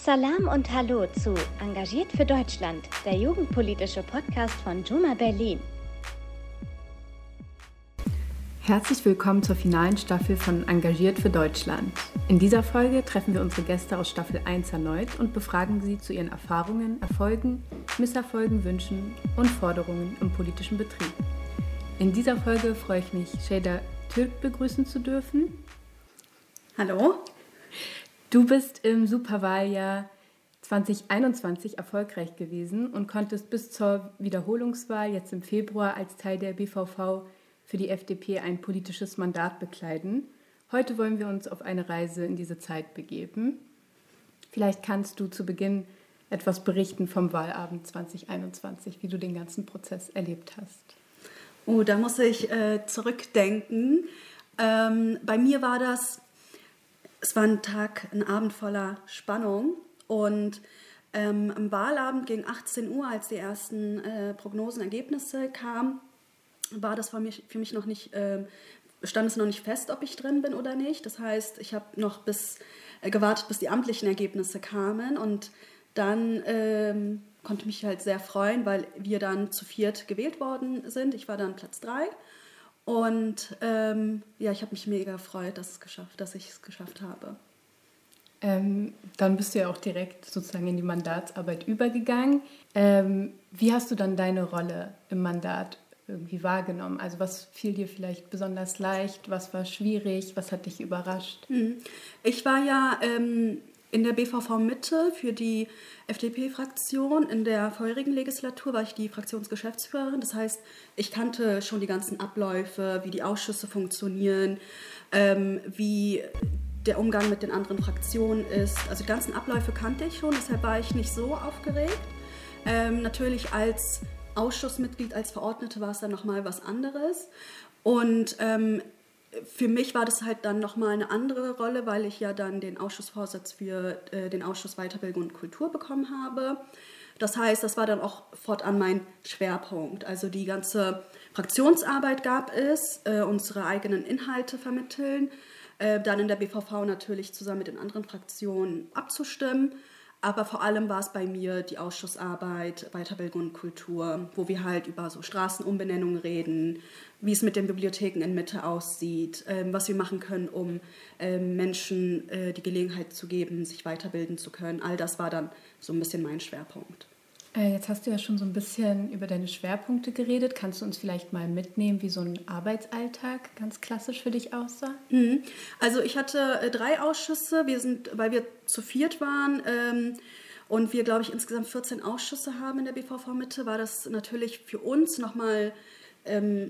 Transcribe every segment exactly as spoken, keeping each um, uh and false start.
Salam und Hallo zu Engagiert für Deutschland, der jugendpolitische Podcast von Juma Berlin. Herzlich willkommen zur finalen Staffel von Engagiert für Deutschland. In dieser Folge treffen wir unsere Gäste aus Staffel eins erneut und befragen sie zu ihren Erfahrungen, Erfolgen, Misserfolgen, Wünschen und Forderungen im politischen Betrieb. In dieser Folge freue ich mich, Şeyda Türk begrüßen zu dürfen. Hallo. Du bist im Superwahljahr zwanzig einundzwanzig erfolgreich gewesen und konntest bis zur Wiederholungswahl jetzt im Februar als Teil der B V V für die F D P ein politisches Mandat bekleiden. Heute wollen wir uns auf eine Reise in diese Zeit begeben. Vielleicht kannst du zu Beginn etwas berichten vom Wahlabend zwanzig einundzwanzig, wie du den ganzen Prozess erlebt hast. Oh, da muss ich äh, zurückdenken. Ähm, bei mir war das, es war ein Tag, ein Abend voller Spannung und ähm, am Wahlabend gegen achtzehn Uhr, als die ersten äh, Prognosenergebnisse kamen, war das für mich, für mich noch nicht, äh, stand es noch nicht fest, ob ich drin bin oder nicht. Das heißt, ich habe noch bis, äh, gewartet, bis die amtlichen Ergebnisse kamen und dann ähm, konnte mich halt sehr freuen, weil wir dann zu viert gewählt worden sind. Ich war dann Platz drei und ähm, ja, ich habe mich mega gefreut, dass, es geschafft, dass ich es geschafft habe. Ähm, dann bist du ja auch direkt sozusagen in die Mandatsarbeit übergegangen. Ähm, wie hast du dann deine Rolle im Mandat irgendwie wahrgenommen? Also was fiel dir vielleicht besonders leicht, was war schwierig, was hat dich überrascht? Ich war ja ähm, in der B V V Mitte für die F D P-Fraktion. In der vorherigen Legislatur war ich die Fraktionsgeschäftsführerin. Das heißt, ich kannte schon die ganzen Abläufe, wie die Ausschüsse funktionieren, ähm, wie der Umgang mit den anderen Fraktionen ist. Also die ganzen Abläufe kannte ich schon, deshalb war ich nicht so aufgeregt. Ähm, natürlich als Ausschussmitglied, als Verordnete war es dann nochmal was anderes. Und ähm, für mich war das halt dann nochmal eine andere Rolle, weil ich ja dann den Ausschussvorsitz für äh, den Ausschuss Weiterbildung und Kultur bekommen habe. Das heißt, das war dann auch fortan mein Schwerpunkt. Also die ganze Fraktionsarbeit gab es, äh, unsere eigenen Inhalte vermitteln, äh, dann in der B V V natürlich zusammen mit den anderen Fraktionen abzustimmen. Aber vor allem war es bei mir die Ausschussarbeit, Weiterbildung und Kultur, wo wir halt über so Straßenumbenennungen reden, wie es mit den Bibliotheken in Mitte aussieht, ähm, was wir machen können, um ähm, Menschen äh, die Gelegenheit zu geben, sich weiterbilden zu können. All das war dann so ein bisschen mein Schwerpunkt. Äh, jetzt hast du ja schon so ein bisschen über deine Schwerpunkte geredet. Kannst du uns vielleicht mal mitnehmen, wie so ein Arbeitsalltag ganz klassisch für dich aussah? Mhm. Also ich hatte äh, drei Ausschüsse, wir sind, weil wir zu viert waren ähm, und wir, glaube ich, insgesamt vierzehn Ausschüsse haben in der B V V Mitte, war das natürlich für uns nochmal ähm,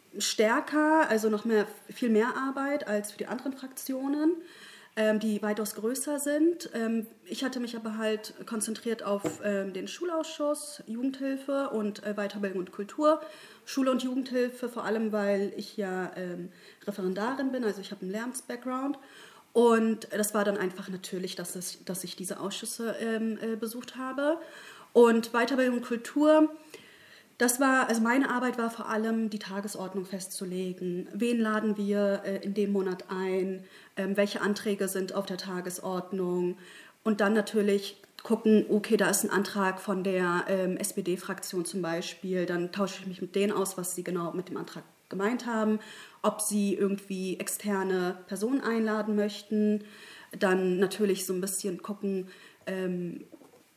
stärker, also noch mehr, viel mehr Arbeit als für die anderen Fraktionen, ähm, die weitaus größer sind. Ähm, ich hatte mich aber halt konzentriert auf ähm, den Schulausschuss, Jugendhilfe und äh, Weiterbildung und Kultur. Schule und Jugendhilfe vor allem, weil ich ja ähm, Referendarin bin, also ich habe einen Lehramts-Background. Und das war dann einfach natürlich, dass, es, dass ich diese Ausschüsse ähm, äh, besucht habe. Und Weiterbildung und Kultur, das war, also meine Arbeit war vor allem, die Tagesordnung festzulegen. Wen laden wir äh, in dem Monat ein? Ähm, welche Anträge sind auf der Tagesordnung? Und dann natürlich gucken, okay, da ist ein Antrag von der ähm, S P D-Fraktion zum Beispiel. Dann tausche ich mich mit denen aus, was sie genau mit dem Antrag gemeint haben. Ob sie irgendwie externe Personen einladen möchten. Dann natürlich so ein bisschen gucken, ähm,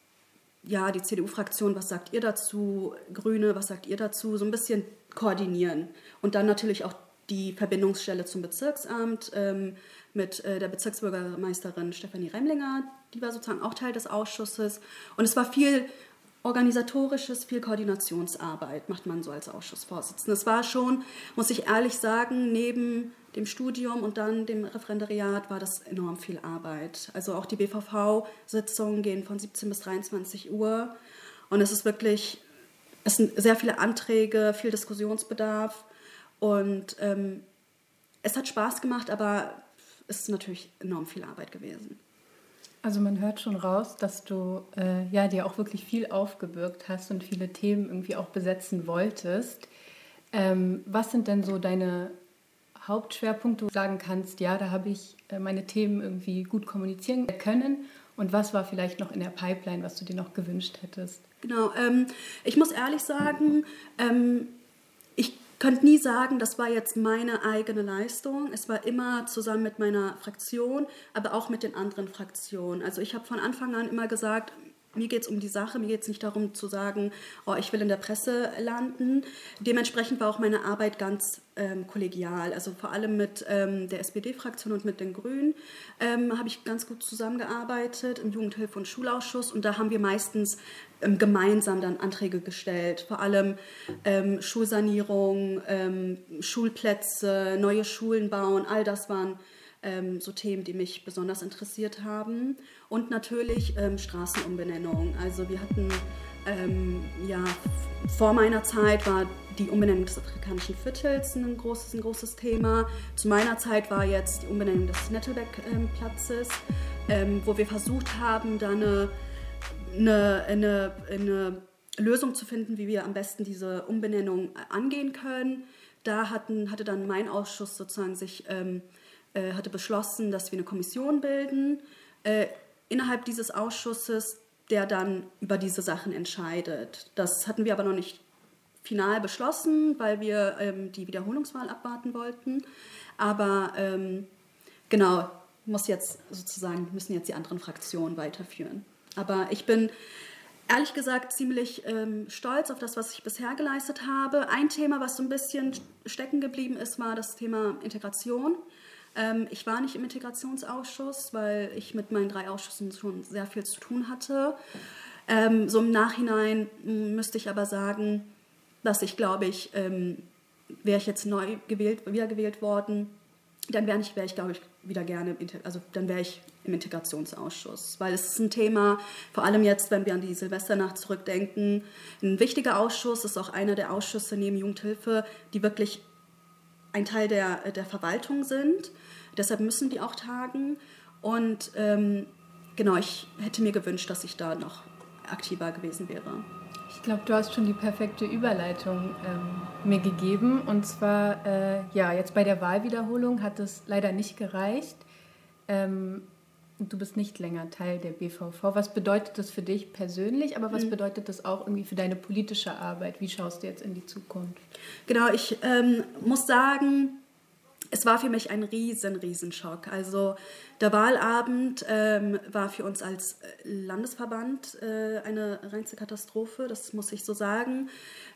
ja, die C D U-Fraktion, was sagt ihr dazu? Grüne, was sagt ihr dazu? So ein bisschen koordinieren. Und dann natürlich auch die Verbindungsstelle zum Bezirksamt ähm, mit äh, der Bezirksbürgermeisterin Stefanie Remlinger, die war sozusagen auch Teil des Ausschusses. Und es war viel organisatorisches, viel Koordinationsarbeit, macht man so als Ausschussvorsitzende. Es war schon, muss ich ehrlich sagen, neben dem Studium und dann dem Referendariat war das enorm viel Arbeit. Also auch die B V V-Sitzungen gehen von siebzehn bis dreiundzwanzig Uhr und es ist wirklich, es sind sehr viele Anträge, viel Diskussionsbedarf und ähm, es hat Spaß gemacht, aber es ist natürlich enorm viel Arbeit gewesen. Also man hört schon raus, dass du äh, ja, dir auch wirklich viel aufgebürgt hast und viele Themen irgendwie auch besetzen wolltest. Ähm, was sind denn so deine Hauptschwerpunkte, wo du sagen kannst, ja, da habe ich äh, meine Themen irgendwie gut kommunizieren können Und was war vielleicht noch in der Pipeline, was du dir noch gewünscht hättest? Genau, ähm, ich muss ehrlich sagen, ähm, ich könnte nie sagen, das war jetzt meine eigene Leistung. Es war immer zusammen mit meiner Fraktion, aber auch mit den anderen Fraktionen. Also ich habe von Anfang an immer gesagt, mir geht es um die Sache, mir geht es nicht darum zu sagen, oh, ich will in der Presse landen. Dementsprechend war auch meine Arbeit ganz ähm, kollegial. Also vor allem mit ähm, der S P D-Fraktion und mit den Grünen ähm, habe ich ganz gut zusammengearbeitet im Jugendhilfe- und Schulausschuss. Und da haben wir meistens ähm, gemeinsam dann Anträge gestellt. Vor allem ähm, Schulsanierung, ähm, Schulplätze, neue Schulen bauen, all das waren Ähm, so Themen, die mich besonders interessiert haben. Und natürlich ähm, Straßenumbenennung. Also wir hatten, ähm, ja, vor meiner Zeit war die Umbenennung des afrikanischen Viertels ein großes, ein großes Thema. Zu meiner Zeit war jetzt die Umbenennung des Nettelbeck-Platzes, ähm, wo wir versucht haben, da eine, eine, eine, eine Lösung zu finden, wie wir am besten diese Umbenennung angehen können. Da hatten, hatte dann mein Ausschuss sozusagen sich ähm, hatte beschlossen, dass wir eine Kommission bilden äh, innerhalb dieses Ausschusses, der dann über diese Sachen entscheidet. Das hatten wir aber noch nicht final beschlossen, weil wir ähm, die Wiederholungswahl abwarten wollten. Aber ähm, genau, muss jetzt sozusagen, müssen jetzt die anderen Fraktionen weiterführen. Aber ich bin ehrlich gesagt ziemlich ähm, stolz auf das, was ich bisher geleistet habe. Ein Thema, was so ein bisschen stecken geblieben ist, war das Thema Integration. Ich war nicht im Integrationsausschuss, weil ich mit meinen drei Ausschüssen schon sehr viel zu tun hatte. Ähm, so im Nachhinein müsste ich aber sagen, dass ich, glaube ich, ähm, wäre ich jetzt neu gewählt, wiedergewählt worden, dann wäre ich, wär ich, glaube ich, wieder gerne, im, also dann wäre ich im Integrationsausschuss. Weil es ist ein Thema, vor allem jetzt, wenn wir an die Silvesternacht zurückdenken, ein wichtiger Ausschuss, ist auch einer der Ausschüsse neben Jugendhilfe, die wirklich ein Teil der, der Verwaltung sind. Deshalb müssen die auch tagen. Und ähm, genau, ich hätte mir gewünscht, dass ich da noch aktiver gewesen wäre. Ich glaube, du hast schon die perfekte Überleitung ähm, mir gegeben. Und zwar, äh, ja, jetzt bei der Wahlwiederholung hat es leider nicht gereicht. Ähm, du bist nicht länger Teil der B V V. Was bedeutet das für dich persönlich, aber was mhm. bedeutet das auch irgendwie für deine politische Arbeit? Wie schaust du jetzt in die Zukunft? Genau, ich ähm, muss sagen, es war für mich ein riesen, riesen Schock. Also der Wahlabend ähm, war für uns als Landesverband äh, eine reinste Katastrophe, das muss ich so sagen.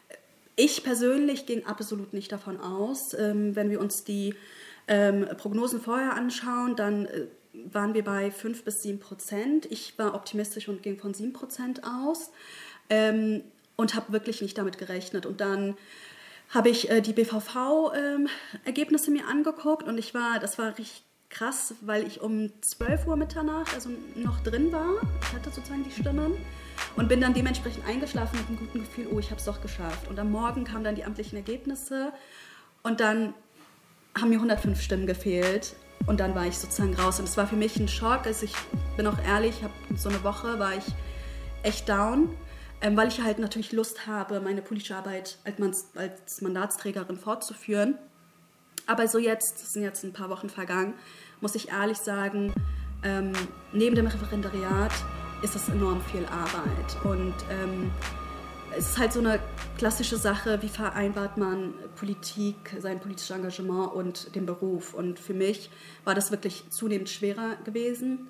Ich persönlich ging absolut nicht davon aus. Ähm, wenn wir uns die ähm, Prognosen vorher anschauen, dann äh, waren wir bei fünf bis sieben Prozent. Ich war optimistisch und ging von sieben Prozent aus ähm, und habe wirklich nicht damit gerechnet. Und dann habe ich äh, die B V V-Ergebnisse ähm, mir angeguckt und ich war, das war richtig krass, weil ich um zwölf Uhr Mitternacht also noch drin war. Ich hatte sozusagen die Stimmen und bin dann dementsprechend eingeschlafen mit einem guten Gefühl, oh, ich habe es doch geschafft. Und am Morgen kamen dann die amtlichen Ergebnisse und dann haben mir hundertfünf Stimmen gefehlt und dann war ich sozusagen raus. Und es war für mich ein Schock. Also ich bin auch ehrlich, hab, so eine Woche war ich echt down. Ähm, weil ich halt natürlich Lust habe, meine politische Arbeit als, als Mandatsträgerin fortzuführen. Aber so jetzt, das sind jetzt ein paar Wochen vergangen, muss ich ehrlich sagen, ähm, neben dem Referendariat ist es enorm viel Arbeit. Und ähm, es ist halt so eine klassische Sache, wie vereinbart man Politik, sein politisches Engagement und den Beruf. Und für mich war das wirklich zunehmend schwerer gewesen.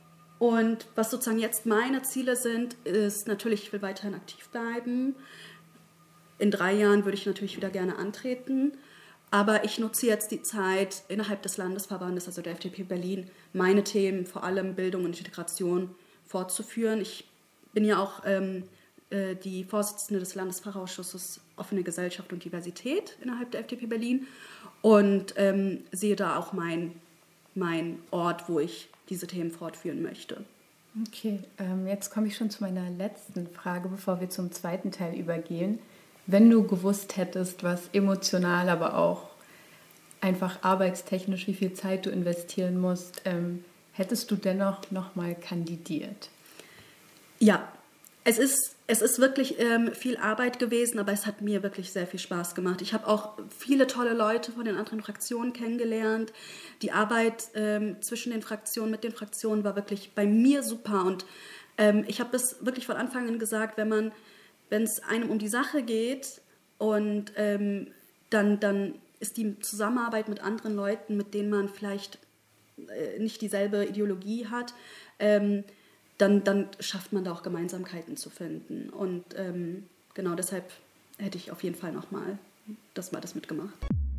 Und was sozusagen jetzt meine Ziele sind, ist natürlich, ich will weiterhin aktiv bleiben. In drei Jahren würde ich natürlich wieder gerne antreten. Aber ich nutze jetzt die Zeit innerhalb des Landesverbandes, also der F D P Berlin, meine Themen, vor allem Bildung und Integration, fortzuführen. Ich bin ja auch ähm, äh, die Vorsitzende des Landesfachausschusses Offene Gesellschaft und Diversität innerhalb der F D P Berlin und ähm, sehe da auch mein, mein Ort, wo ich diese Themen fortführen möchte. Okay, ähm, jetzt komme ich schon zu meiner letzten Frage, bevor wir zum zweiten Teil übergehen. Wenn du gewusst hättest, was emotional, aber auch einfach arbeitstechnisch, wie viel Zeit du investieren musst, ähm, hättest du dennoch nochmal kandidiert? Ja, Es ist, es ist wirklich ähm, viel Arbeit gewesen, aber es hat mir wirklich sehr viel Spaß gemacht. Ich habe auch viele tolle Leute von den anderen Fraktionen kennengelernt. Die Arbeit ähm, zwischen den Fraktionen, mit den Fraktionen war wirklich bei mir super. Und ähm, ich habe das wirklich von Anfang an gesagt, wenn man, wenn es einem um die Sache geht und ähm, dann, dann ist die Zusammenarbeit mit anderen Leuten, mit denen man vielleicht äh, nicht dieselbe Ideologie hat, ähm, Dann, dann schafft man da auch Gemeinsamkeiten zu finden. Und ähm, genau deshalb hätte ich auf jeden Fall nochmal das mal das mitgemacht.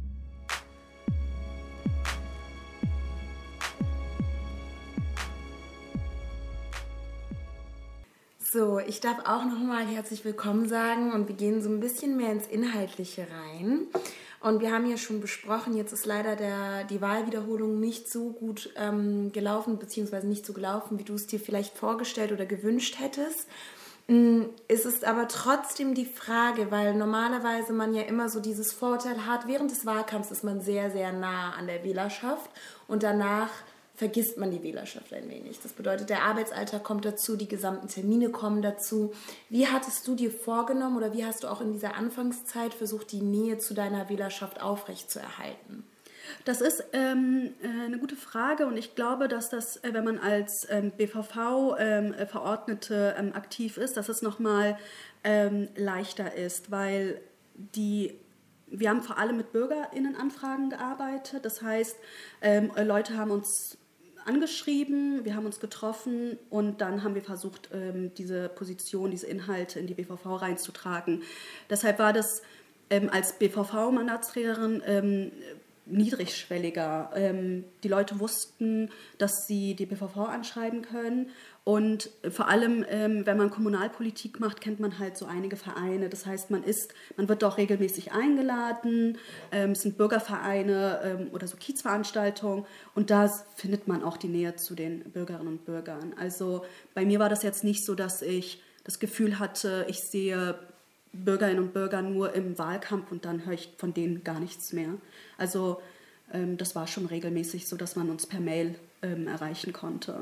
So, ich darf auch nochmal herzlich willkommen sagen und wir gehen so ein bisschen mehr ins Inhaltliche rein. Und wir haben ja schon besprochen, jetzt ist leider der, die Wahlwiederholung nicht so gut ähm, gelaufen, beziehungsweise nicht so gelaufen, wie du es dir vielleicht vorgestellt oder gewünscht hättest. Ähm, es ist aber trotzdem die Frage, weil normalerweise man ja immer so dieses Vorteil hat, während des Wahlkampfs ist man sehr, sehr nah an der Wählerschaft und danach vergisst man die Wählerschaft ein wenig. Das bedeutet, der Arbeitsalltag kommt dazu, die gesamten Termine kommen dazu. Wie hattest du dir vorgenommen oder wie hast du auch in dieser Anfangszeit versucht, die Nähe zu deiner Wählerschaft aufrechtzuerhalten? Das ist ähm, eine gute Frage und ich glaube, dass das, wenn man als ähm, B V V-Verordnete ähm, ähm, aktiv ist, dass es nochmal ähm, leichter ist, weil die wir haben vor allem mit BürgerInnenanfragen gearbeitet. Das heißt, ähm, Leute haben uns angeschrieben, wir haben uns getroffen und dann haben wir versucht, ähm, diese Position, diese Inhalte in die B V V reinzutragen. Deshalb war das ähm, als B V V-Mandatsträgerin ähm, niedrigschwelliger. Ähm, die Leute wussten, dass sie die B V V anschreiben können und vor allem, ähm, wenn man Kommunalpolitik macht, kennt man halt so einige Vereine. Das heißt, man ist, man wird auch regelmäßig eingeladen, ähm, es sind Bürgervereine ähm, oder so Kiezveranstaltungen und da findet man auch die Nähe zu den Bürgerinnen und Bürgern. Also bei mir war das jetzt nicht so, dass ich das Gefühl hatte, ich sehe Bürgerinnen und Bürger nur im Wahlkampf und dann höre ich von denen gar nichts mehr. Also ähm, das war schon regelmäßig so, dass man uns per Mail ähm, erreichen konnte.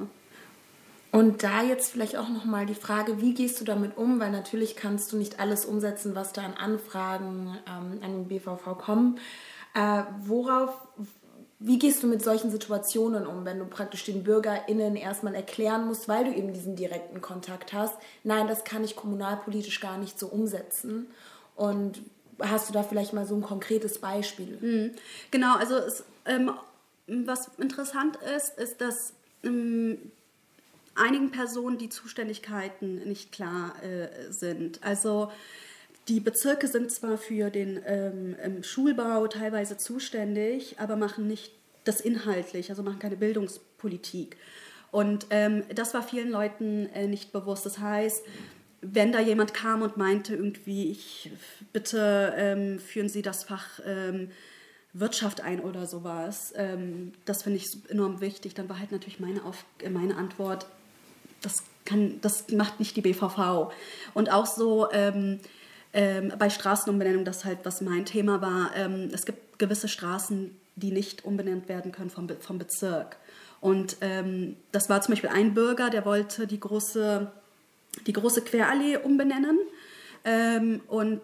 Und da jetzt vielleicht auch nochmal die Frage, wie gehst du damit um? Weil natürlich kannst du nicht alles umsetzen, was da an Anfragen ähm, an den B V V kommen. Äh, worauf, wie gehst du mit solchen Situationen um, wenn du praktisch den BürgerInnen erstmal erklären musst, weil du eben diesen direkten Kontakt hast, nein, das kann ich kommunalpolitisch gar nicht so umsetzen. Und hast du da vielleicht mal so ein konkretes Beispiel? Mhm. Genau, also es, ähm, was interessant ist, ist, dass ähm, einigen Personen die Zuständigkeiten nicht klar äh, sind. Also die Bezirke sind zwar für den ähm, Schulbau teilweise zuständig, aber machen nicht das inhaltlich, also machen keine Bildungspolitik. Und ähm, das war vielen Leuten äh, nicht bewusst. Das heißt, wenn da jemand kam und meinte irgendwie, ich bitte ähm, führen Sie das Fach ähm, Wirtschaft ein oder sowas, ähm, das finde ich enorm wichtig, dann war halt natürlich meine, Auf- meine Antwort, das, kann, das macht nicht die B V V. Und auch so ähm, ähm, bei Straßenumbenennung, das halt, was mein Thema war, ähm, es gibt gewisse Straßen, die nicht umbenannt werden können vom, Be- vom Bezirk. Und ähm, das war zum Beispiel ein Bürger, der wollte die große, die große Querallee umbenennen. Ähm, und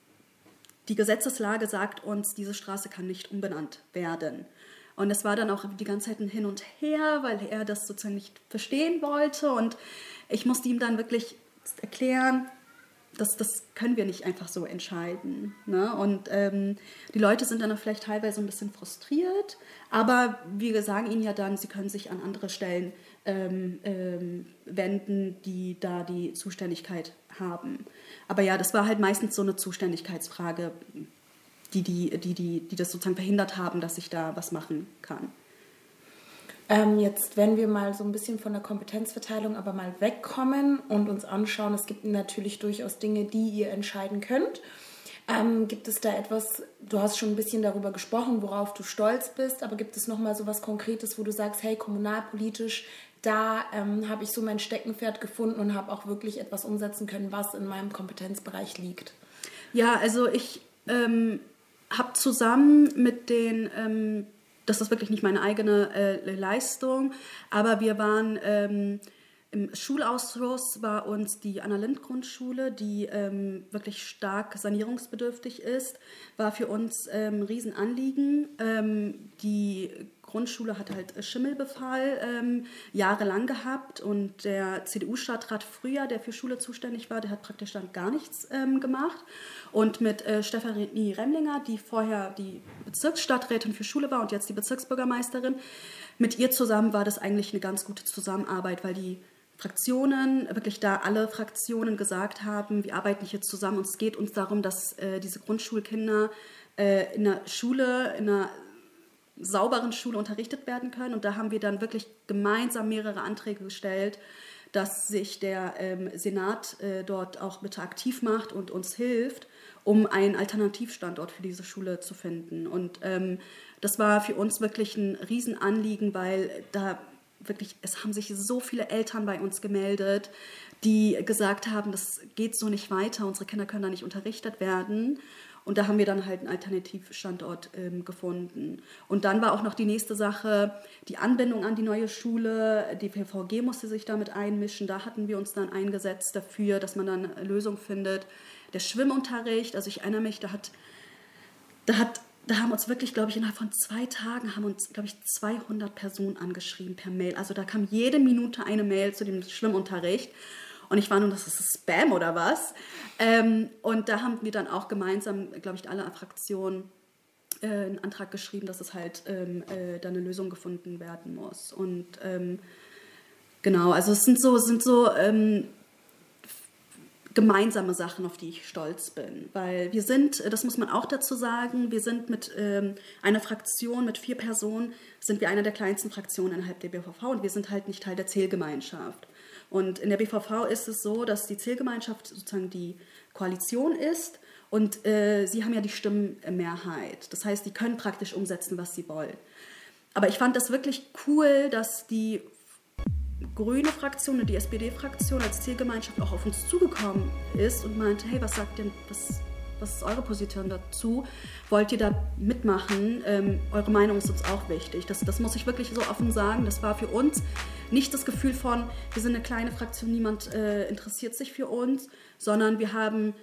die Gesetzeslage sagt uns, diese Straße kann nicht umbenannt werden. Und es war dann auch die ganze Zeit ein Hin und Her, weil er das sozusagen nicht verstehen wollte. Und ich musste ihm dann wirklich erklären, dass das können wir nicht einfach so entscheiden. Ne? Und ähm, die Leute sind dann auch vielleicht teilweise ein bisschen frustriert. Aber wir sagen ihnen ja dann, sie können sich an andere Stellen ähm, ähm, wenden, die da die Zuständigkeit haben. Aber ja, das war halt meistens so eine Zuständigkeitsfrage, die, die, die, die, die das sozusagen verhindert haben, dass ich da was machen kann. Ähm, jetzt, wenn wir mal so ein bisschen von der Kompetenzverteilung aber mal wegkommen und uns anschauen, es gibt natürlich durchaus Dinge, die ihr entscheiden könnt. Ähm, gibt es da etwas, du hast schon ein bisschen darüber gesprochen, worauf du stolz bist, aber gibt es nochmal so was Konkretes, wo du sagst, hey, kommunalpolitisch, da ähm, habe ich so mein Steckenpferd gefunden und habe auch wirklich etwas umsetzen können, was in meinem Kompetenzbereich liegt? Ja, also ich ähm, habe zusammen mit den, ähm, das ist wirklich nicht meine eigene äh, Leistung, aber wir waren ähm, Im Schulausschuss war uns die Anna-Lind-Grundschule, die ähm, wirklich stark sanierungsbedürftig ist, war für uns ähm, ein Riesenanliegen. Ähm, die Grundschule hat halt Schimmelbefall ähm, jahrelang gehabt und der C D U-Stadtrat früher, der für Schule zuständig war, der hat praktisch dann gar nichts ähm, gemacht. Und mit äh, Stefanie Remlinger, die vorher die Bezirksstadträtin für Schule war und jetzt die Bezirksbürgermeisterin, mit ihr zusammen war das eigentlich eine ganz gute Zusammenarbeit, weil die Fraktionen, wirklich da alle Fraktionen gesagt haben, wir arbeiten hier zusammen und es geht uns darum, dass äh, diese Grundschulkinder äh, in der Schule, in einer sauberen Schule unterrichtet werden können. Und da haben wir dann wirklich gemeinsam mehrere Anträge gestellt, dass sich der ähm, Senat äh, dort auch bitte aktiv macht und uns hilft, um einen Alternativstandort für diese Schule zu finden. Und ähm, das war für uns wirklich ein Riesenanliegen, weil da wirklich, es haben sich so viele Eltern bei uns gemeldet, die gesagt haben, das geht so nicht weiter, unsere Kinder können da nicht unterrichtet werden. Und da haben wir dann halt einen Alternativstandort ähm, gefunden. Und dann war auch noch die nächste Sache, die Anbindung an die neue Schule. Die P V G musste sich damit einmischen. Da hatten wir uns dann eingesetzt dafür, dass man dann eine Lösung findet. Der Schwimmunterricht, also ich erinnere mich, da hat, da hat Da haben uns wirklich, glaube ich, innerhalb von zwei Tagen haben uns, glaube ich, zweihundert Personen angeschrieben per Mail. Also da kam jede Minute eine Mail zu dem Schwimmunterricht. Und ich war nur, das ist Spam oder was? Ähm, und da haben wir dann auch gemeinsam, glaube ich, alle Fraktionen äh, einen Antrag geschrieben, dass es halt ähm, äh, da eine Lösung gefunden werden muss. Und ähm, genau, also es sind so, sind so ähm, gemeinsame Sachen, auf die ich stolz bin. Weil wir sind, das muss man auch dazu sagen, wir sind mit ähm, einer Fraktion, mit vier Personen, sind wir eine der kleinsten Fraktionen innerhalb der B V V und wir sind halt nicht Teil der Zählgemeinschaft. Und in der B V V ist es so, dass die Zählgemeinschaft sozusagen die Koalition ist und äh, sie haben ja die Stimmenmehrheit. Das heißt, die können praktisch umsetzen, was sie wollen. Aber ich fand das wirklich cool, dass die grüne Fraktion und die S P D-Fraktion als Zielgemeinschaft auch auf uns zugekommen ist und meinte, hey, was sagt denn, was, was ist eure Position dazu? Wollt ihr da mitmachen? Ähm, eure Meinung ist uns auch wichtig. Das, das muss ich wirklich so offen sagen. Das war für uns nicht das Gefühl von, wir sind eine kleine Fraktion, niemand äh, interessiert sich für uns, sondern wir haben,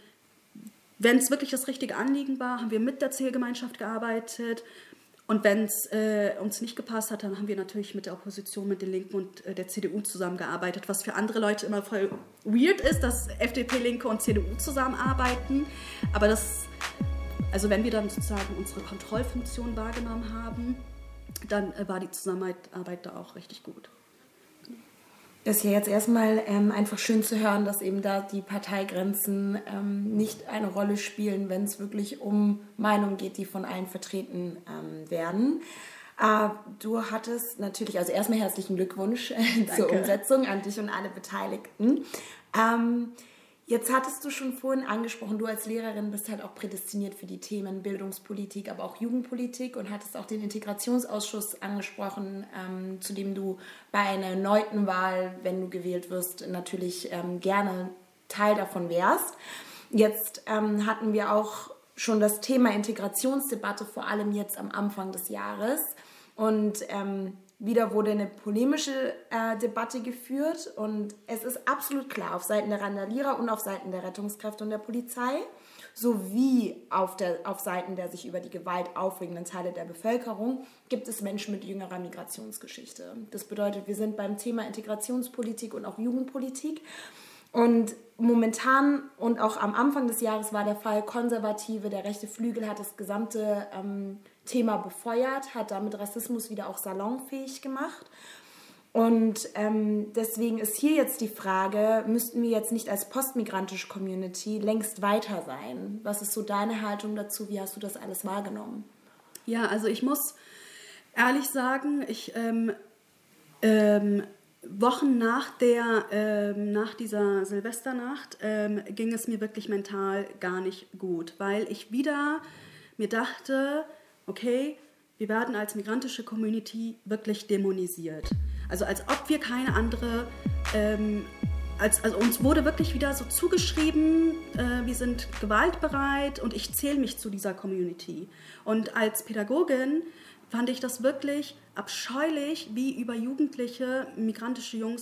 wenn es wirklich das richtige Anliegen war, haben wir mit der Zielgemeinschaft gearbeitet. Und wenn es äh, uns nicht gepasst hat, dann haben wir natürlich mit der Opposition, mit den Linken und äh, der C D U zusammengearbeitet, was für andere Leute immer voll weird ist, dass F D P, Linke und C D U zusammenarbeiten. Aber das, also wenn wir dann sozusagen unsere Kontrollfunktion wahrgenommen haben, dann äh, war die Zusammenarbeit da auch richtig gut. Das ist ja jetzt erstmal ähm, einfach schön zu hören, dass eben da die Parteigrenzen ähm, nicht eine Rolle spielen, wenn es wirklich um Meinungen geht, die von allen vertreten ähm, werden. Äh, du hattest natürlich, also erstmal herzlichen Glückwunsch äh, zur Umsetzung an dich und alle Beteiligten. Ähm, Jetzt hattest du schon vorhin angesprochen, du als Lehrerin bist halt auch prädestiniert für die Themen Bildungspolitik, aber auch Jugendpolitik und hattest auch den Integrationsausschuss angesprochen, ähm, zu dem du bei einer erneuten Wahl, wenn du gewählt wirst, natürlich ähm, gerne Teil davon wärst. Jetzt ähm, hatten wir auch schon das Thema Integrationsdebatte, vor allem jetzt am Anfang des Jahres. Und ähm, wieder wurde eine polemische äh, Debatte geführt und es ist absolut klar, auf Seiten der Randalierer und auf Seiten der Rettungskräfte und der Polizei sowie auf, der, auf Seiten der sich über die Gewalt aufregenden Teile der Bevölkerung gibt es Menschen mit jüngerer Migrationsgeschichte. Das bedeutet, wir sind beim Thema Integrationspolitik und auch Jugendpolitik. Und momentan und auch am Anfang des Jahres war der Fall Konservative, der rechte Flügel hat das gesamte ähm, Thema befeuert, hat damit Rassismus wieder auch salonfähig gemacht. Und ähm, deswegen ist hier jetzt die Frage, müssten wir jetzt nicht als postmigrantische Community längst weiter sein? Was ist so deine Haltung dazu? Wie hast du das alles wahrgenommen? Ja, also ich muss ehrlich sagen, ich... Ähm, ähm, Wochen nach, der, ähm, nach dieser Silvesternacht ähm, ging es mir wirklich mental gar nicht gut, weil ich wieder mir dachte, okay, wir werden als migrantische Community wirklich dämonisiert. Also als ob wir keine andere, ähm, als, also uns wurde wirklich wieder so zugeschrieben, äh, wir sind gewaltbereit und ich zähle mich zu dieser Community. Und als Pädagogin fand ich das wirklich abscheulich, wie über jugendliche, migrantische Jungs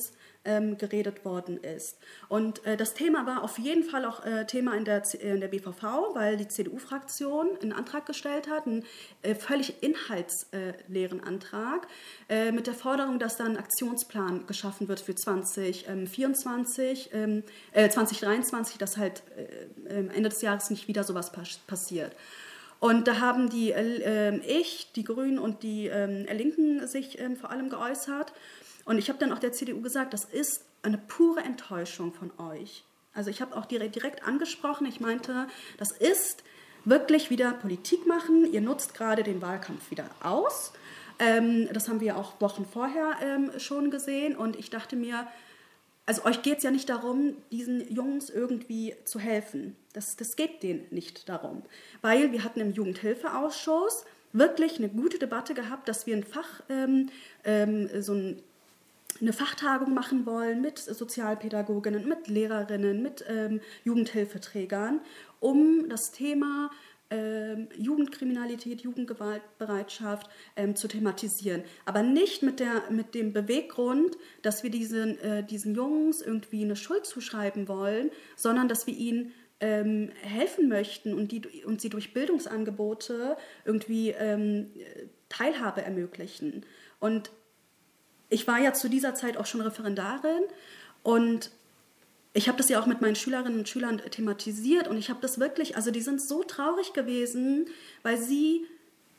ähm, geredet worden ist. Und äh, das Thema war auf jeden Fall auch äh, Thema in der, in der B V V, weil die C D U-Fraktion einen Antrag gestellt hat, einen äh, völlig inhaltsleeren Antrag, äh, mit der Forderung, dass dann ein Aktionsplan geschaffen wird für zwanzig vierundzwanzig, ähm, äh, zwanzig dreiundzwanzig, dass halt äh, Ende des Jahres nicht wieder sowas pas- passiert. Und da haben die, äh, ich, die Grünen und die äh, Linken sich äh, vor allem geäußert. Und ich habe dann auch der C D U gesagt, das ist eine pure Enttäuschung von euch. Also ich habe auch direkt, direkt angesprochen, ich meinte, das ist wirklich wieder Politik machen. Ihr nutzt gerade den Wahlkampf wieder aus. Ähm, das haben wir auch Wochen vorher ähm, schon gesehen. Und ich dachte mir, also euch geht es ja nicht darum, diesen Jungs irgendwie zu helfen. Das, das geht denen nicht darum. Weil wir hatten im Jugendhilfeausschuss wirklich eine gute Debatte gehabt, dass wir ein Fach, ähm, ähm, so ein, eine Fachtagung machen wollen mit Sozialpädagoginnen, mit Lehrerinnen, mit ähm, Jugendhilfeträgern, um das Thema Ähm, Jugendkriminalität, Jugendgewaltbereitschaft ähm, zu thematisieren. Aber nicht mit, der, mit dem Beweggrund, dass wir diesen, äh, diesen Jungs irgendwie eine Schuld zuschreiben wollen, sondern dass wir ihnen ähm, helfen möchten und, die, und sie durch Bildungsangebote irgendwie ähm, Teilhabe ermöglichen. Und ich war ja zu dieser Zeit auch schon Referendarin und ich habe das ja auch mit meinen Schülerinnen und Schülern thematisiert und ich habe das wirklich, also die sind so traurig gewesen, weil sie,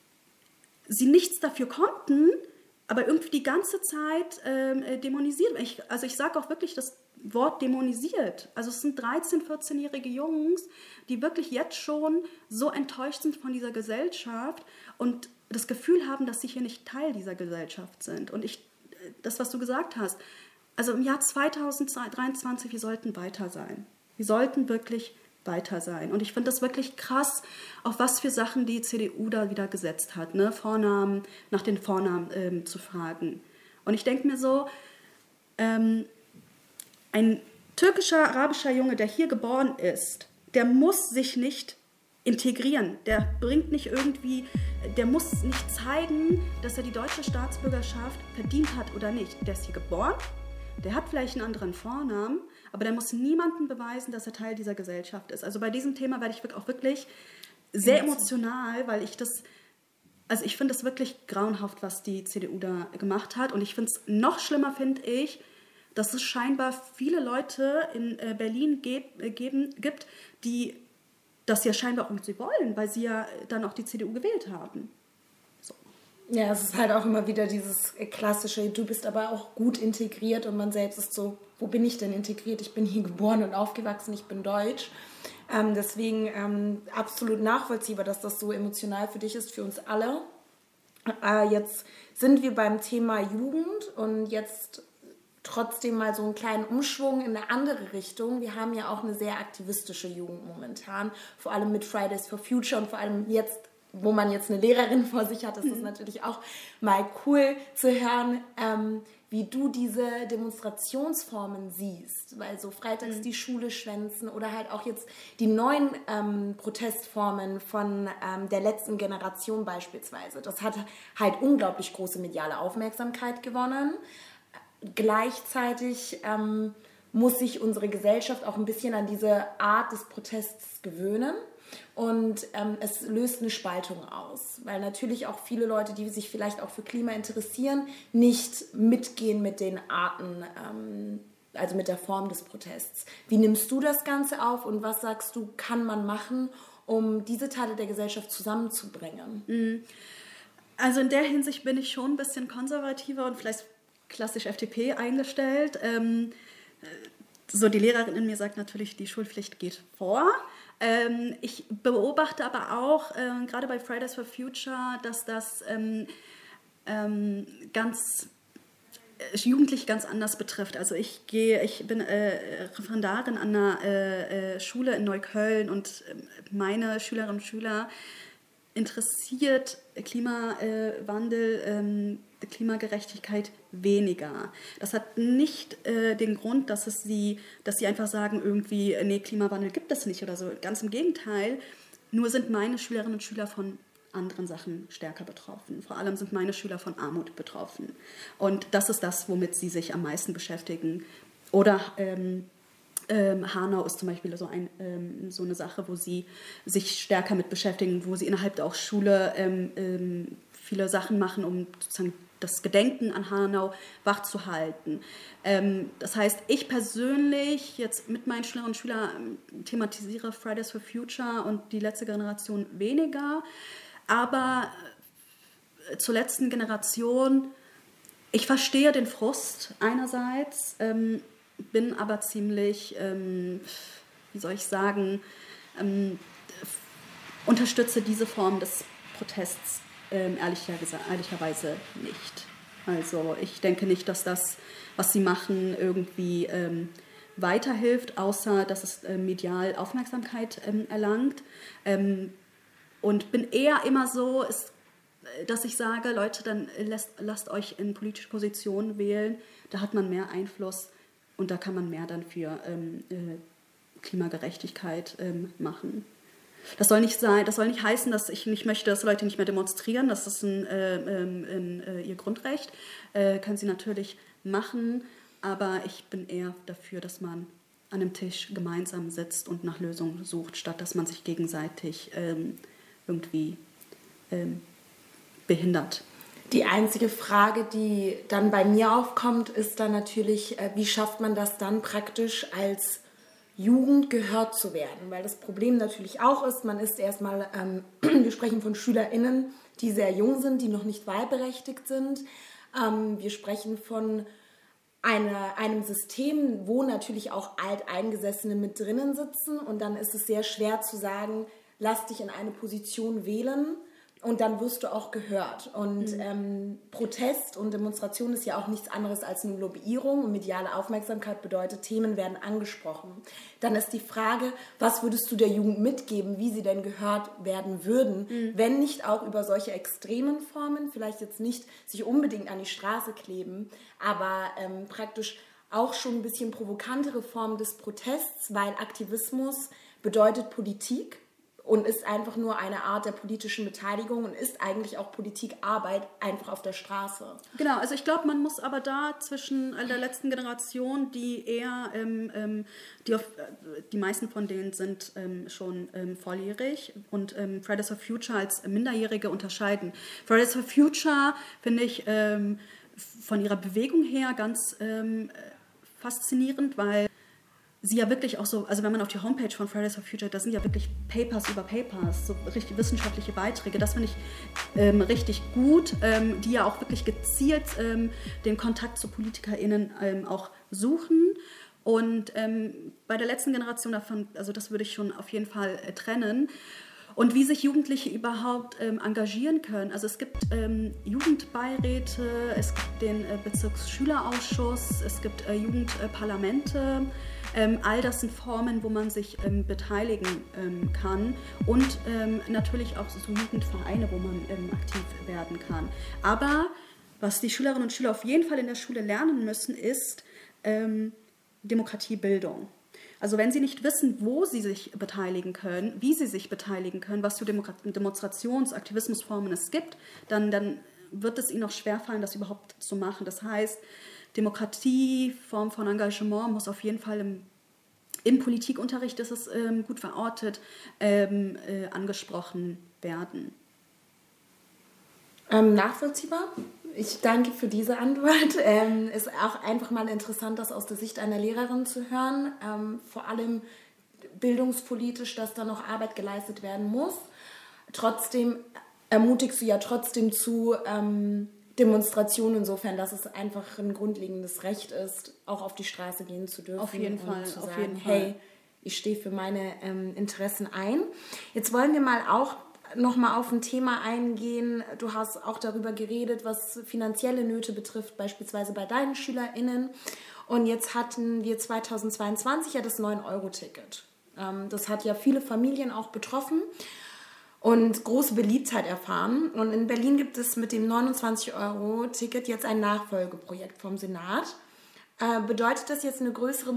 sie nichts dafür konnten, aber irgendwie die ganze Zeit ähm, dämonisiert. Ich, also ich sage auch wirklich das Wort dämonisiert. Also es sind dreizehn-, vierzehnjährige Jungs, die wirklich jetzt schon so enttäuscht sind von dieser Gesellschaft und das Gefühl haben, dass sie hier nicht Teil dieser Gesellschaft sind. Und ich, das, was du gesagt hast, also im Jahr zweitausenddreiundzwanzig, wir sollten weiter sein. Wir sollten wirklich weiter sein. Und ich finde das wirklich krass, auf was für Sachen die C D U da wieder gesetzt hat, ne? Vornamen, nach den Vornamen ähm, zu fragen. Und ich denke mir so, ähm, ein türkischer, arabischer Junge, der hier geboren ist, der muss sich nicht integrieren. Der bringt nicht irgendwie, der muss nicht zeigen, dass er die deutsche Staatsbürgerschaft verdient hat oder nicht. Der ist hier geboren. Der hat vielleicht einen anderen Vornamen, aber der muss niemandem beweisen, dass er Teil dieser Gesellschaft ist. Also bei diesem Thema werde ich auch wirklich sehr emotional, weil ich das, also ich finde das wirklich grauenhaft, was die C D U da gemacht hat. Und ich finde es noch schlimmer, finde ich, dass es scheinbar viele Leute in Berlin geben, gibt, die das ja scheinbar auch irgendwie wollen, weil sie ja dann auch die C D U gewählt haben. Ja, es ist halt auch immer wieder dieses klassische, du bist aber auch gut integriert und man selbst ist so, wo bin ich denn integriert? Ich bin hier geboren und aufgewachsen, ich bin deutsch. Ähm, deswegen ähm, absolut nachvollziehbar, dass das so emotional für dich ist, für uns alle. Äh, jetzt sind wir beim Thema Jugend und jetzt trotzdem mal so einen kleinen Umschwung in eine andere Richtung. Wir haben ja auch eine sehr aktivistische Jugend momentan, vor allem mit Fridays for Future und vor allem jetzt, wo man jetzt eine Lehrerin vor sich hat, ist das natürlich auch mal cool zu hören, ähm, wie du diese Demonstrationsformen siehst, weil so freitags mhm. die Schule schwänzen oder halt auch jetzt die neuen ähm, Protestformen von ähm, der letzten Generation beispielsweise. Das hat halt unglaublich große mediale Aufmerksamkeit gewonnen. Gleichzeitig ähm, muss sich unsere Gesellschaft auch ein bisschen an diese Art des Protests gewöhnen. Und ähm, es löst eine Spaltung aus, weil natürlich auch viele Leute, die sich vielleicht auch für Klima interessieren, nicht mitgehen mit den Arten, ähm, also mit der Form des Protests. Wie nimmst du das Ganze auf und was sagst du, kann man machen, um diese Teile der Gesellschaft zusammenzubringen? Also in der Hinsicht bin ich schon ein bisschen konservativer und vielleicht klassisch F D P eingestellt. Ähm, so die Lehrerin in mir sagt natürlich, die Schulpflicht geht vor. Ähm, ich beobachte aber auch, äh, gerade bei Fridays for Future, dass das ähm, ähm, ganz äh, Jugendliche ganz anders betrifft. Also ich gehe, ich bin äh, Referendarin an einer äh, Schule in Neukölln und äh, meine Schülerinnen und Schüler interessiert Klimawandel, ähm, Klimagerechtigkeit weniger. Das hat nicht äh, den Grund, dass es sie, dass sie einfach sagen, irgendwie, nee, Klimawandel gibt es nicht oder so. Ganz im Gegenteil. Nur sind meine Schülerinnen und Schüler von anderen Sachen stärker betroffen. Vor allem sind meine Schüler von Armut betroffen. Und das ist das, womit sie sich am meisten beschäftigen. Oder ähm, ähm, Hanau ist zum Beispiel so, ein, ähm, so eine Sache, wo sie sich stärker mit beschäftigen, wo sie innerhalb der auch Schule ähm, ähm, viele Sachen machen, um sozusagen das Gedenken an Hanau wachzuhalten. Ähm, das heißt, ich persönlich jetzt mit meinen Schülerinnen und Schülern thematisiere Fridays for Future und die letzte Generation weniger. Aber zur letzten Generation, ich verstehe den Frust einerseits, ähm, bin aber ziemlich, ähm, wie soll ich sagen, ähm, unterstütze diese Form des Protests ähm, ehrlicher, ehrlicherweise nicht. Also ich denke nicht, dass das, was sie machen, irgendwie ähm, weiterhilft, außer dass es äh, medial Aufmerksamkeit ähm, erlangt. Ähm, Und bin eher immer so, ist, dass ich sage, Leute, dann lasst, lasst euch in politische Positionen wählen. Da hat man mehr Einfluss und da kann man mehr dann für ähm, äh, Klimagerechtigkeit ähm, machen. Das soll nicht sein, das soll nicht heißen, dass ich nicht möchte, dass Leute nicht mehr demonstrieren. Das ist ein, äh, ein, äh, ihr Grundrecht. Äh, können sie natürlich machen, aber ich bin eher dafür, dass man an einem Tisch gemeinsam sitzt und nach Lösungen sucht, statt dass man sich gegenseitig ähm, irgendwie ähm, behindert. Die einzige Frage, die dann bei mir aufkommt, ist dann natürlich, äh, wie schafft man das dann praktisch als Jugend gehört zu werden? Weil das Problem natürlich auch ist, man ist erstmal, ähm, wir sprechen von SchülerInnen, die sehr jung sind, die noch nicht wahlberechtigt sind. Ähm, wir sprechen von Eine, einem System, wo natürlich auch Alteingesessene mit drinnen sitzen und dann ist es sehr schwer zu sagen, lass dich in eine Position wählen und dann wirst du auch gehört. Und mhm. ähm, Protest und Demonstration ist ja auch nichts anderes als eine Lobbyierung und mediale Aufmerksamkeit bedeutet, Themen werden angesprochen. Dann ist die Frage, was würdest du der Jugend mitgeben, wie sie denn gehört werden würden, mhm. wenn nicht auch über solche extremen Formen, vielleicht jetzt nicht sich unbedingt an die Straße kleben, aber ähm, praktisch auch schon ein bisschen provokantere Formen des Protests, weil Aktivismus bedeutet Politik und ist einfach nur eine Art der politischen Beteiligung und ist eigentlich auch Politikarbeit einfach auf der Straße. Genau, also ich glaube, man muss aber da zwischen der letzten Generation, die eher, ähm, ähm, die, auf, die meisten von denen sind ähm, schon ähm, volljährig und ähm, Fridays for Future als Minderjährige unterscheiden. Fridays for Future finde ich ähm, von ihrer Bewegung her ganz ähm, faszinierend, weil sie ja wirklich auch so, also wenn man auf die Homepage von Fridays for Future, da sind ja wirklich Papers über Papers, so richtig wissenschaftliche Beiträge, das finde ich ähm, richtig gut, ähm, die ja auch wirklich gezielt ähm, den Kontakt zu PolitikerInnen ähm, auch suchen. Und ähm, bei der letzten Generation davon, also das würde ich schon auf jeden Fall äh, trennen. Und wie sich Jugendliche überhaupt ähm, engagieren können. Also es gibt ähm, Jugendbeiräte, es gibt den äh, Bezirksschülerausschuss, es gibt äh, Jugendparlamente. Ähm, all das sind Formen, wo man sich ähm, beteiligen ähm, kann und ähm, natürlich auch so Jugendvereine, wo man ähm, aktiv werden kann. Aber was die Schülerinnen und Schüler auf jeden Fall in der Schule lernen müssen, ist ähm, Demokratiebildung. Also wenn sie nicht wissen, wo sie sich beteiligen können, wie sie sich beteiligen können, was für Demonstrations-, Aktivismusformen es gibt, dann, dann wird es ihnen auch schwerfallen, das überhaupt zu machen. Das heißt, Demokratie, Form von Engagement muss auf jeden Fall im, im Politikunterricht, das ist ähm, gut verortet, ähm, äh, angesprochen werden. Ähm, nachvollziehbar. Ich danke für diese Antwort. Ähm, ist auch einfach mal interessant, das aus der Sicht einer Lehrerin zu hören. Ähm, vor allem bildungspolitisch, dass da noch Arbeit geleistet werden muss. Trotzdem ermutigst du ja trotzdem zu ähm, Demonstrationen insofern, dass es einfach ein grundlegendes Recht ist, auch auf die Straße gehen zu dürfen. Auf jeden Fall. Zu auf sagen, jeden Fall. Hey, ich stehe für meine ähm, Interessen ein. Jetzt wollen wir mal auch nochmal auf ein Thema eingehen. Du hast auch darüber geredet, was finanzielle Nöte betrifft, beispielsweise bei deinen SchülerInnen. Und jetzt hatten wir zweitausendzweiundzwanzig ja das neun Euro Ticket. Ähm, das hat ja viele Familien auch betroffen und große Beliebtheit erfahren. Und in Berlin gibt es mit dem neunundzwanzig Euro Ticket jetzt ein Nachfolgeprojekt vom Senat. Äh, bedeutet das jetzt eine größere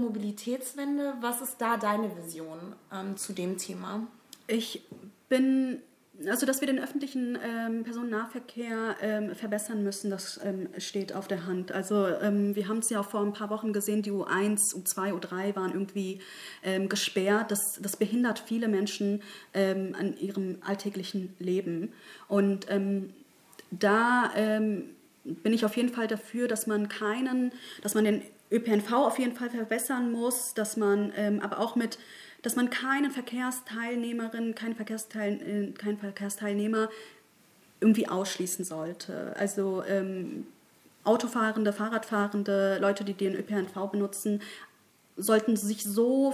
Mobilitätswende? Was ist da deine Vision ähm, zu dem Thema? Ich bin also dass wir den öffentlichen ähm, Personennahverkehr ähm, verbessern müssen, das ähm, steht auf der Hand. Also ähm, wir haben es ja auch vor ein paar Wochen gesehen, die U eins, U zwei, U drei waren irgendwie ähm, gesperrt. Das, das behindert viele Menschen ähm, an ihrem alltäglichen Leben. Und ähm, da ähm, bin ich auf jeden Fall dafür, dass man keinen, dass man den Ö P N V auf jeden Fall verbessern muss, dass man ähm, aber auch mit dass man keine Verkehrsteilnehmerin, keinen Verkehrsteil, kein Verkehrsteilnehmer irgendwie ausschließen sollte. Also ähm, Autofahrende, Fahrradfahrende, Leute, die den Ö P N V benutzen, sollten sich so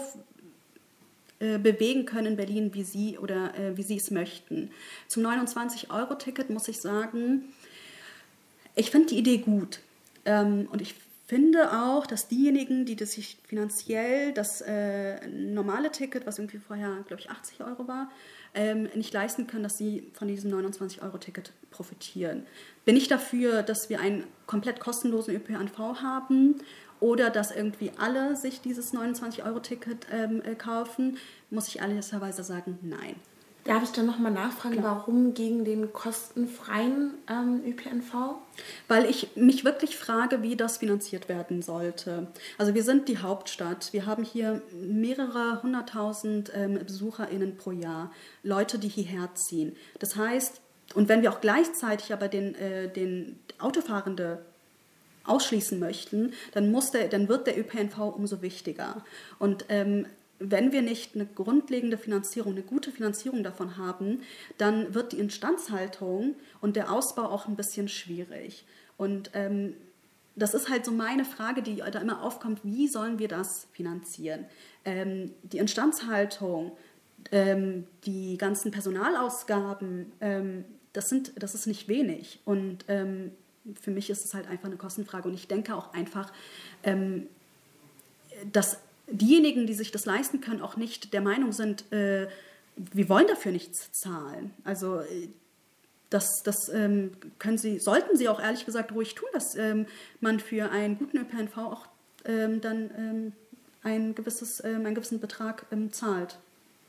äh, bewegen können in Berlin, wie sie oder äh, wie sie es möchten. Zum neunundzwanzig Euro Ticket muss ich sagen, ich finde die Idee gut. Ähm, und ich finde auch, dass diejenigen, die das sich finanziell das äh, normale Ticket, was irgendwie vorher, glaube ich, achtzig Euro war, ähm, nicht leisten können, dass sie von diesem neunundzwanzig Euro Ticket profitieren. Bin ich dafür, dass wir einen komplett kostenlosen Ö P N V haben oder dass irgendwie alle sich dieses neunundzwanzig Euro Ticket ähm, äh, kaufen, muss ich ehrlicherweise sagen, nein. Darf ich dann nochmal nachfragen, Klar. warum gegen den kostenfreien ähm, Ö P N V? Weil ich mich wirklich frage, wie das finanziert werden sollte. Also wir sind die Hauptstadt. Wir haben hier mehrere hunderttausend ähm, BesucherInnen pro Jahr. Leute, die hierher ziehen. Das heißt, und wenn wir auch gleichzeitig aber den, äh, den Autofahrende ausschließen möchten, dann, muss der, dann wird der Ö P N V umso wichtiger. Und ähm, wenn wir nicht eine grundlegende Finanzierung, eine gute Finanzierung davon haben, dann wird die Instandhaltung und der Ausbau auch ein bisschen schwierig. Und ähm, das ist halt so meine Frage, die da immer aufkommt, wie sollen wir das finanzieren? Ähm, die Instandhaltung, ähm, die ganzen Personalausgaben, ähm, das, sind, das ist nicht wenig. Und ähm, für mich ist es halt einfach eine Kostenfrage. Und ich denke auch einfach, ähm, dass diejenigen, die sich das leisten können, auch nicht der Meinung sind, äh, wir wollen dafür nichts zahlen. Also das, das ähm, können sie, sollten sie auch ehrlich gesagt ruhig tun, dass ähm, man für einen guten Ö P N V auch ähm, dann ähm, ein gewisses, ähm, einen gewissen Betrag ähm, zahlt.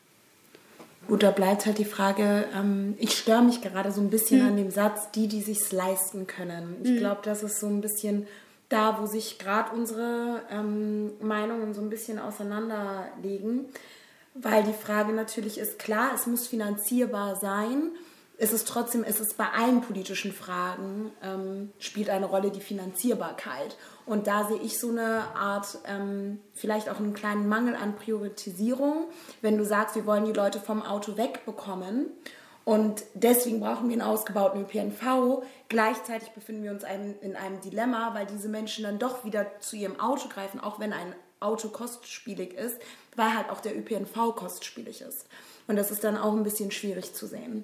Gut, da bleibt halt die Frage, ähm, ich störe mich gerade so ein bisschen hm. an dem Satz, die, die sich's leisten können. Ich hm. glaube, das ist so ein bisschen da, wo sich gerade unsere ähm, Meinungen so ein bisschen auseinanderlegen, weil die Frage natürlich ist, klar, es muss finanzierbar sein, es ist trotzdem, es ist bei allen politischen Fragen, ähm, spielt eine Rolle die Finanzierbarkeit. Und da sehe ich so eine Art, ähm, vielleicht auch einen kleinen Mangel an Priorisierung, wenn du sagst, wir wollen die Leute vom Auto wegbekommen. Und deswegen brauchen wir einen ausgebauten Ö P N V. Gleichzeitig befinden wir uns in einem Dilemma, weil diese Menschen dann doch wieder zu ihrem Auto greifen, auch wenn ein Auto kostspielig ist, weil halt auch der Ö P N V kostspielig ist. Und das ist dann auch ein bisschen schwierig zu sehen.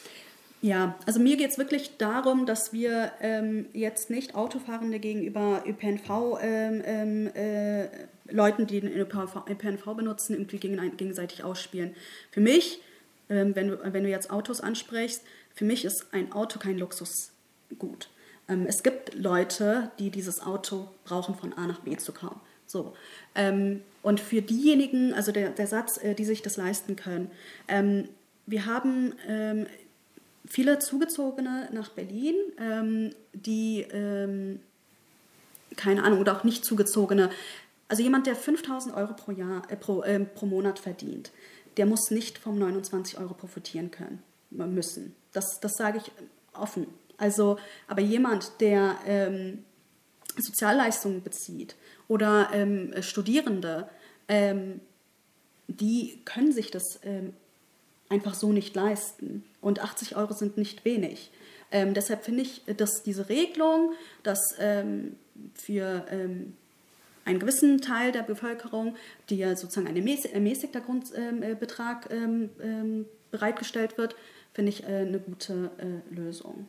Ja, also mir geht es wirklich darum, dass wir ähm, jetzt nicht Autofahrende gegenüber Ö P N V ähm, äh, Leuten, die den Ö P N V benutzen, irgendwie gegen, gegenseitig ausspielen. Für mich, ähm, wenn, du, wenn du jetzt Autos ansprichst, für mich ist ein Auto kein Luxusgut. Ähm, es gibt Leute, die dieses Auto brauchen, von A nach B zu kommen. So. Ähm, und für diejenigen, also der, der Satz, äh, die sich das leisten können, ähm, wir haben ähm, viele Zugezogene nach Berlin, ähm, die, ähm, keine Ahnung, oder auch nicht Zugezogene, also jemand, der fünftausend Euro pro, Jahr, äh, pro, äh, pro Monat verdient, der muss nicht vom neunundzwanzig Euro profitieren können, müssen. Das, das sage ich offen. Also, aber jemand, der ähm, Sozialleistungen bezieht oder ähm, Studierende, ähm, die können sich das ähm, einfach so nicht leisten. Und achtzig Euro sind nicht wenig. Ähm, deshalb finde ich, dass diese Regelung, dass ähm, für ähm, einen gewissen Teil der Bevölkerung, die ja sozusagen ein ermäßigter Grundbetrag ähm, ähm, bereitgestellt wird, finde ich äh, eine gute äh, Lösung.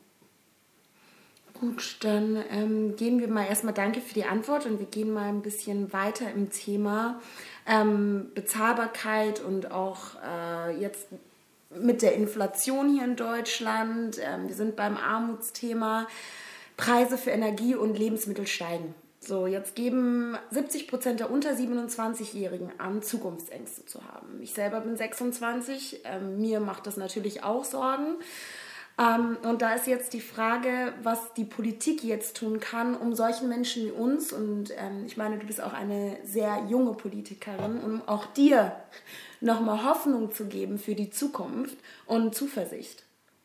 Gut, dann ähm, gehen wir mal erstmal danke für die Antwort und wir gehen mal ein bisschen weiter im Thema ähm, Bezahlbarkeit und auch äh, jetzt mit der Inflation hier in Deutschland. Ähm, wir sind beim Armutsthema. Preise für Energie und Lebensmittel steigen. So, jetzt geben siebzig Prozent der unter siebenundzwanzigjährigen an, Zukunftsängste zu haben. Ich selber bin sechsundzwanzig, äh, mir macht das natürlich auch Sorgen. Ähm, und da ist jetzt die Frage, was die Politik jetzt tun kann, um solchen Menschen wie uns, und ähm, ich meine, du bist auch eine sehr junge Politikerin, um auch dir nochmal Hoffnung zu geben für die Zukunft und Zuversicht.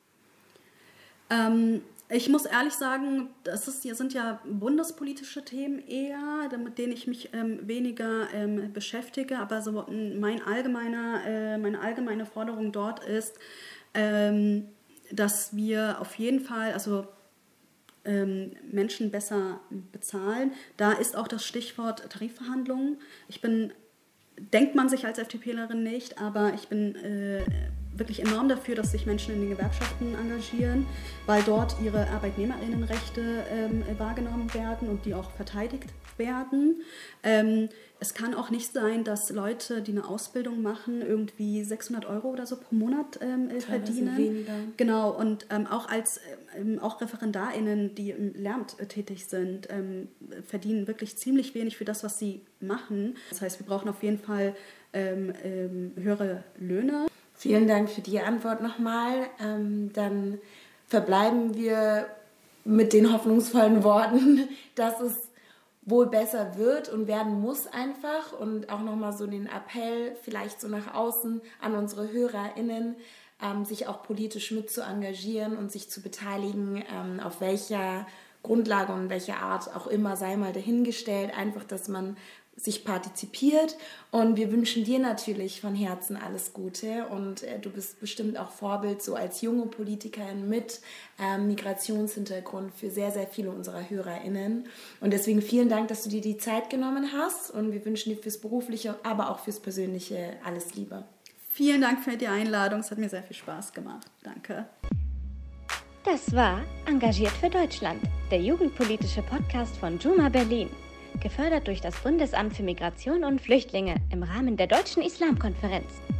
Ähm, ich muss ehrlich sagen, das ist, hier sind ja bundespolitische Themen eher, mit denen ich mich ähm, weniger ähm, beschäftige. Aber so mein allgemeiner, äh, meine allgemeine Forderung dort ist, ähm, dass wir auf jeden Fall, also ähm, Menschen besser bezahlen. Da ist auch das Stichwort Tarifverhandlungen. Ich bin, denkt man sich als FDPlerin nicht, aber ich bin äh, wirklich enorm dafür, dass sich Menschen in den Gewerkschaften engagieren, weil dort ihre ArbeitnehmerInnenrechte ähm, wahrgenommen werden und die auch verteidigt werden. Ähm, es kann auch nicht sein, dass Leute, die eine Ausbildung machen, irgendwie sechshundert Euro oder so pro Monat ähm, verdienen. Weniger. Genau, und ähm, auch als ähm, auch ReferendarInnen, die im Lehramt äh, tätig sind, ähm, verdienen wirklich ziemlich wenig für das, was sie machen. Das heißt, wir brauchen auf jeden Fall ähm, ähm, höhere Löhne. Vielen Dank für die Antwort nochmal. Ähm, dann verbleiben wir mit den hoffnungsvollen Worten, dass es wohl besser wird und werden muss einfach, und auch nochmal so den Appell vielleicht so nach außen an unsere HörerInnen, ähm, sich auch politisch mit zu engagieren und sich zu beteiligen, ähm, auf welcher Grundlage und welcher Art auch immer, sei mal dahingestellt, einfach, dass man sich partizipiert, und wir wünschen dir natürlich von Herzen alles Gute, und äh, du bist bestimmt auch Vorbild so als junge Politikerin mit ähm, Migrationshintergrund für sehr, sehr viele unserer HörerInnen, und deswegen vielen Dank, dass du dir die Zeit genommen hast, und wir wünschen dir fürs Berufliche, aber auch fürs Persönliche alles Liebe. Vielen Dank für die Einladung, es hat mir sehr viel Spaß gemacht. Danke. Das war Engagiert für Deutschland, der jugendpolitische Podcast von Juma Berlin. Gefördert durch das Bundesamt für Migration und Flüchtlinge im Rahmen der Deutschen Islamkonferenz.